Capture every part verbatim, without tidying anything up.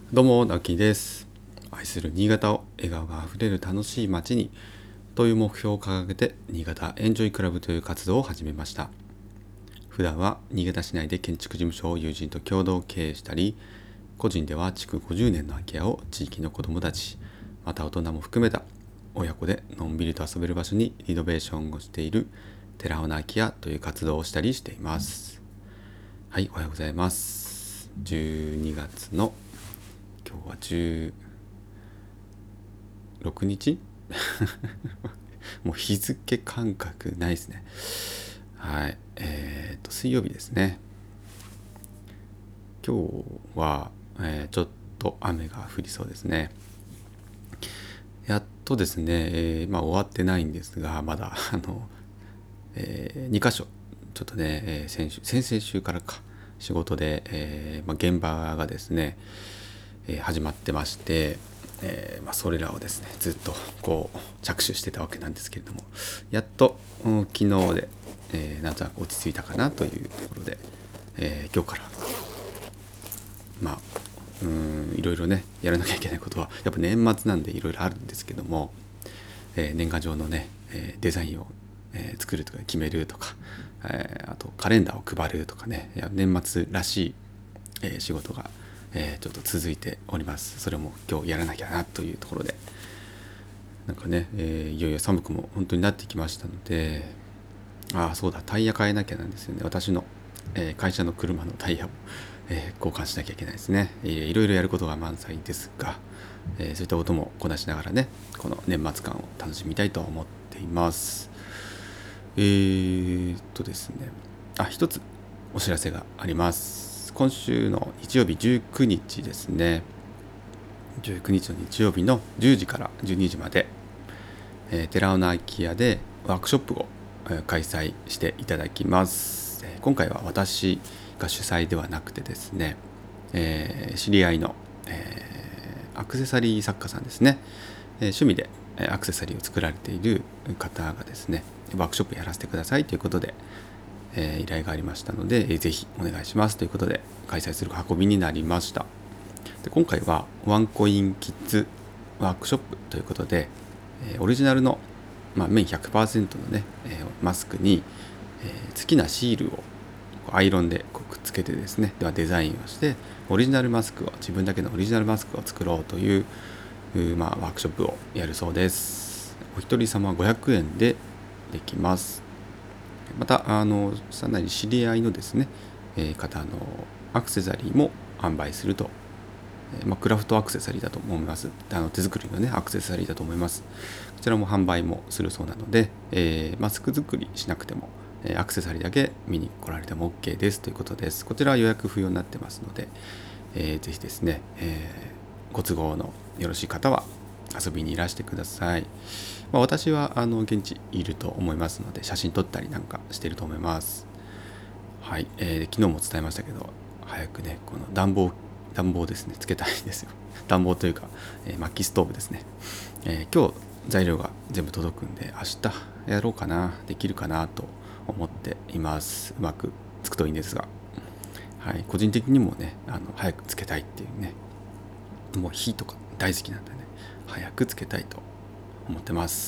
どうも、なきです。愛する新潟を笑顔があふれる楽しい街にという目標を掲げて、新潟エンジョイクラブという活動を始めました。普段は新潟市内で建築事務所を友人と共同経営したり、個人では築ごじゅうねんの空き家を地域の子どもたち、また大人も含めた親子でのんびりと遊べる場所にリノベーションをしている寺尾の空き家という活動をしたりしています。はい、おはようございます。じゅうにがつの今日はじゅうろくにちもう日付感覚ないですね。はい、えー、っと水曜日ですね。今日は、えー、ちょっと雨が降りそうですね。やっとですね、えー、まあ終わってないんですが、まだあの、えー、にかしょちょっとね、えー、先週先々週からか仕事で、えーまあ、現場がですね、えー、始まってまして、えーまあ、それらをですねずっとこう着手してたわけなんですけれども、やっと、うん、昨日で、えー、なんとなく落ち着いたかなというところで、えー、今日からまあうんいろいろねやらなきゃいけないことはやっぱ年末なんでいろいろあるんですけども、えー、年賀状のね、えー、デザインを、えー、作るとか決めるとか、えー、あとカレンダーを配るとかね、いや年末らしい、えー、仕事が、えー、ちょっと続いております。それも今日やらなきゃなというところで、なんかね、えー、いよいよ寒くも本当になってきましたので、ああそうだ、タイヤ変えなきゃなんですよね。私の、えー、会社の車のタイヤを、えー、交換しなきゃいけないですね。えー、いろいろやることが満載ですが、えー、そういったこともこなしながらね、この年末感を楽しみたいと思っています。えーっとですね、あ、一つお知らせがあります。今週の日曜日じゅうくにちですね、じゅうくにちの日曜日のじゅうじからじゅうにじまで、えー、寺尾の空き家でワークショップを、えー、開催していただきます。えー、今回は私が主催ではなくてですね、えー、知り合いの、えー、アクセサリー作家さんですね、えー、趣味でアクセサリーを作られている方がですねワークショップやらせてくださいということで、えー、依頼がありましたので、えー、ぜひお願いしますということで開催する運びになりました。で今回はワンコインキッズワークショップということで、えー、オリジナルの、まあ、綿 ひゃくパーセント のね、えー、マスクに、えー、好きなシールをアイロンでこうくっつけてですね、ではデザインをしてオリジナルマスクを自分だけのオリジナルマスクを作ろうという、まあ、ワークショップをやるそうです。お一人様ごひゃくえんでできます。またあのさらに知り合いのですね、えー、方のアクセサリーも販売すると、えーまあ、クラフトアクセサリーだと思います。あの手作りのねアクセサリーだと思います。こちらも販売もするそうなので、えー、マスク作りしなくてもアクセサリーだけ見に来られても OK ですということです。こちらは予約不要になってますので、えー、ぜひですね、えー、ご都合のよろしい方は遊びにいらしてください。まあ、私はあの現地いると思いますので写真撮ったりなんかしていると思います。はい、えー、昨日も伝えましたけど早くねこの暖房暖房ですねつけたいんですよ。暖房というか、えー、薪ストーブですね、えー、今日材料が全部届くんで明日やろうかなできるかなと思っています。うまくつくといいんですが、はい、個人的にもねあの早くつけたいっていうね、もう火とか大好きなんでね早くつけたいと思ってます。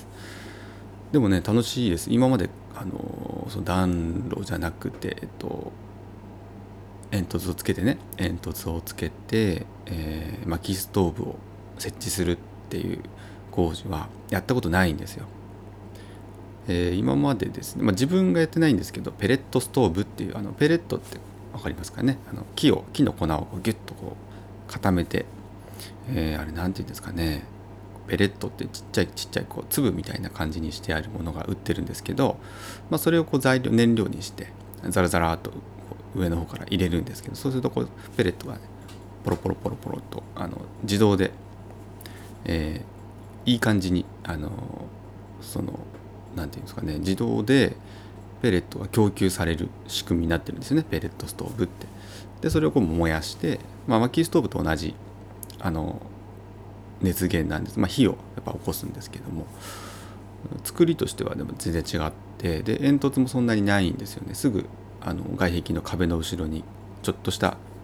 でもね楽しいです。今まであのその暖炉じゃなくて、えっと、煙突をつけてね煙突をつけて、えー、薪ストーブを設置するっていう工事はやったことないんですよ。えー、今までですね、まあ、自分がやってないんですけどペレットストーブっていうあのペレットって分かりますかね、あの木を木の粉をギュッとこう固めて、えー、あれなんていうんですかね、ペレットってちっちゃいちっちゃいこう粒みたいな感じにしてあるものが売ってるんですけど、まあ、それをこう材料燃料にしてザラザラっと上の方から入れるんですけど、そうするとこうペレットがねポロポロポロポロとあの自動で、えー、いい感じにあのそのなんていうんですかね、自動でペレットが供給される仕組みになってるんですよね、ペレットストーブって。でそれをこう燃やして、まあ、薪ストーブと同じあの熱源なんです。まあ、火をやっぱ起こすんですけども、作りとしてはでも全然違って、で煙突もそんなにないんですよね。すぐあの外壁の壁の後ろにちょっとした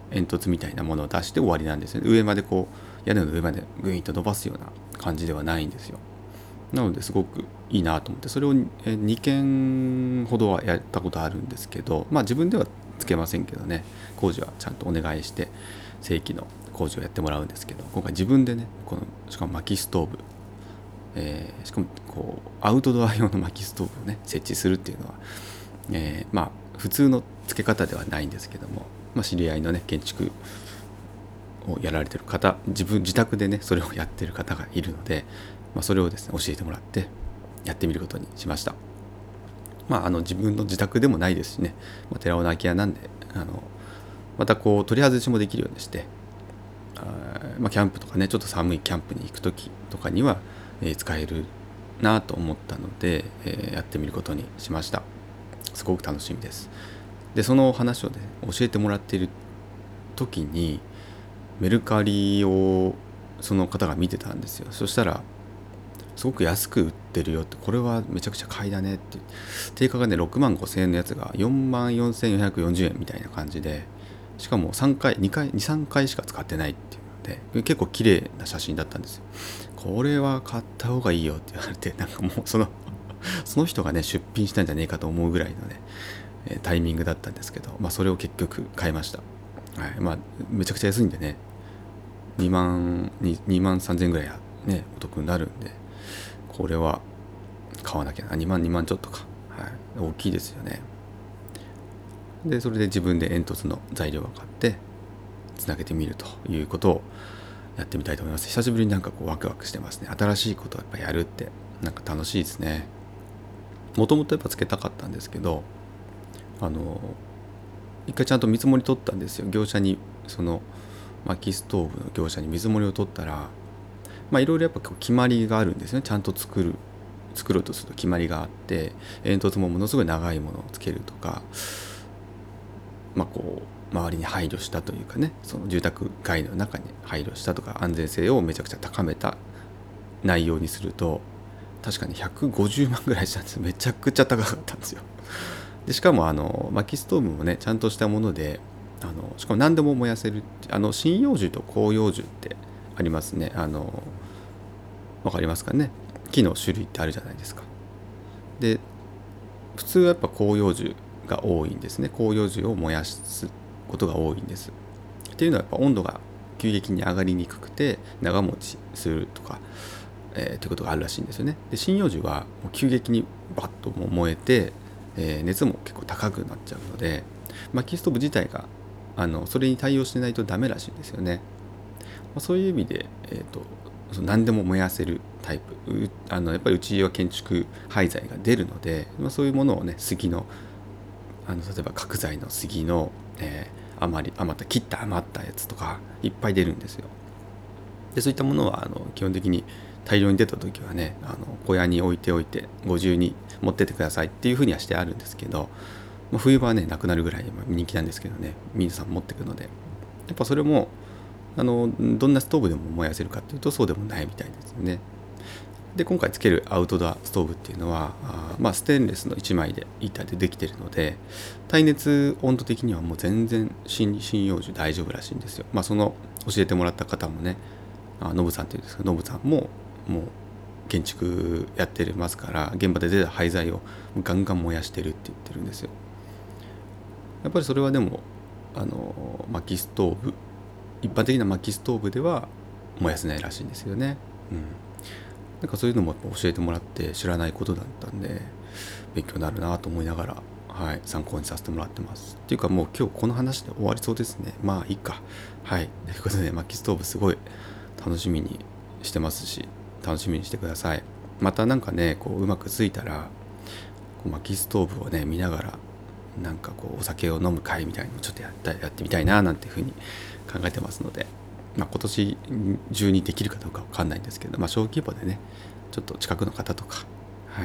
煙突みたいなものを出して終わりなんですよね。上までこう屋根の上までグイーンと伸ばすような感じではないんですよ。なのですごくいいなと思って、それをにけんほどはやったことあるんですけど、まあ自分ではつけませんけどね、工事はちゃんとお願いして正規の工事をやってもらうんですけど、今回自分でね、このしかも薪ストーブ、えー、しかもこうアウトドア用の薪ストーブをね設置するっていうのは、えー、まあ普通の付け方ではないんですけども、まあ、知り合いのね建築をやられてる方、自分自宅でねそれをやってる方がいるので、まあ、それをですね教えてもらってやってみることにしました。まああの自分の自宅でもないですしね、まあ、寺尾の空き家なんで、あのまたこう取り外しもできるようにして、あ、まあ、キャンプとかねちょっと寒いキャンプに行く時とかには、えー、使えるなと思ったので、えー、やってみることにしました。すごく楽しみです。でその話をね教えてもらっている時にメルカリをその方が見てたんですよ。そしたらすごく安く売ってるよって、これはめちゃくちゃ買いだねって、定価がねろくまんごせんえんのやつがよんまんよんせんよんひゃくよんじゅうえんみたいな感じで、しかもさんかいにかいにさんかいしか使ってないっていうので結構綺麗な写真だったんですよ。これは買った方がいいよって言われて、なんかもうそのその人がね出品したんじゃねえかと思うぐらいのねタイミングだったんですけど、まあそれを結局買いました。はい、まあめちゃくちゃ安いんでね、にまんにまんさんぜんえんぐらいねお得になるんで、これは買わなきゃな。にまんにまんちょっとか、はい、大きいですよね。でそれで自分で煙突の材料を買ってつなげてみるということをやってみたいと思います。久しぶりになんかこうワクワクしてますね。新しいことをやっぱやるってなんか楽しいですね。もともとやっぱつけたかったんですけど、あの一回ちゃんと見積もり取ったんですよ。業者に、その薪ストーブの業者に見積もりを取ったら、まあいろいろやっぱ決まりがあるんですね。ちゃんと作る作ろうとすると決まりがあって、煙突もものすごい長いものをつけるとか、まあこう周りに配慮したというかね、その住宅街の中に配慮したとか、安全性をめちゃくちゃ高めた内容にすると確かにひゃくごじゅうまんぐらいしたんですよ。めちゃくちゃ高かったんですよ。でしかもあの薪ストーブもねちゃんとしたもので、あのしかも何でも燃やせるって、あの針葉樹と広葉樹ってありますね。あのわかりますかね。木の種類ってあるじゃないですか。で普通はやっぱ広葉樹が多いんですね。広葉樹を燃やすことが多いんです。っていうのはやっぱ温度が急激に上がりにくくて長持ちするとか、えー、ということがあるらしいんですよね。で針葉樹はもう急激にバッともう燃えて、えー、熱も結構高くなっちゃうので、薪ストーブ自体があのそれに対応してないとダメらしいんですよね。まあ、そういう意味で、えーと、何でも燃やせるタイプ、あのやっぱりうちは建築廃材が出るので、まあ、そういうものをね杉の、あの例えば角材の杉の、えー、余り余った切った余ったやつとかいっぱい出るんですよ。でそういったものはあの基本的に大量に出た時はね、あの小屋に置いておいてご自由に持ってってくださいっていうふうにはしてあるんですけど、まあ、冬場はねなくなるぐらい人気なんですけどね、皆さん持ってくので、やっぱそれもあのどんなストーブでも燃やせるかっていうとそうでもないみたいですよね。で今回つけるアウトドアストーブっていうのはあ、まあ、ステンレスのいちまいで板でできてるので、耐熱温度的にはもう全然針葉樹大丈夫らしいんですよ。まあその教えてもらった方もね、あノブさんっていうんですけど、ノブさんももう建築やってますから、現場で出た廃材をガンガン燃やしてるって言ってるんですよ。やっぱりそれはでもあの薪ストーブ、一般的な薪ストーブでは燃やせないらしいんですよね。うん、なんかそういうのも教えてもらって知らないことだったんで勉強になるなと思いながら、はい、参考にさせてもらってます。っていうかもう今日この話で終わりそうですね。まあいいか。はい、ということで薪ストーブすごい楽しみにしてますし、楽しみにしてください。またなんかねこううまくついたらこう薪ストーブをね見ながらなんかこうお酒を飲む会みたいなのをちょっとやったやってみたいななんていうふうに考えてますので、まあ、今年中にできるかどうかわかんないんですけど、まあ、小規模でねちょっと近くの方とか、はい、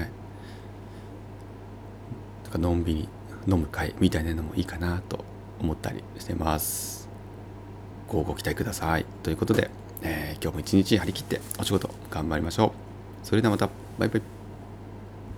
とかのんびり飲む会みたいなのもいいかなと思ったりしてます。ごご期待くださいということで、えー、今日も一日張り切ってお仕事頑張りましょう。それではまた、バイバイ。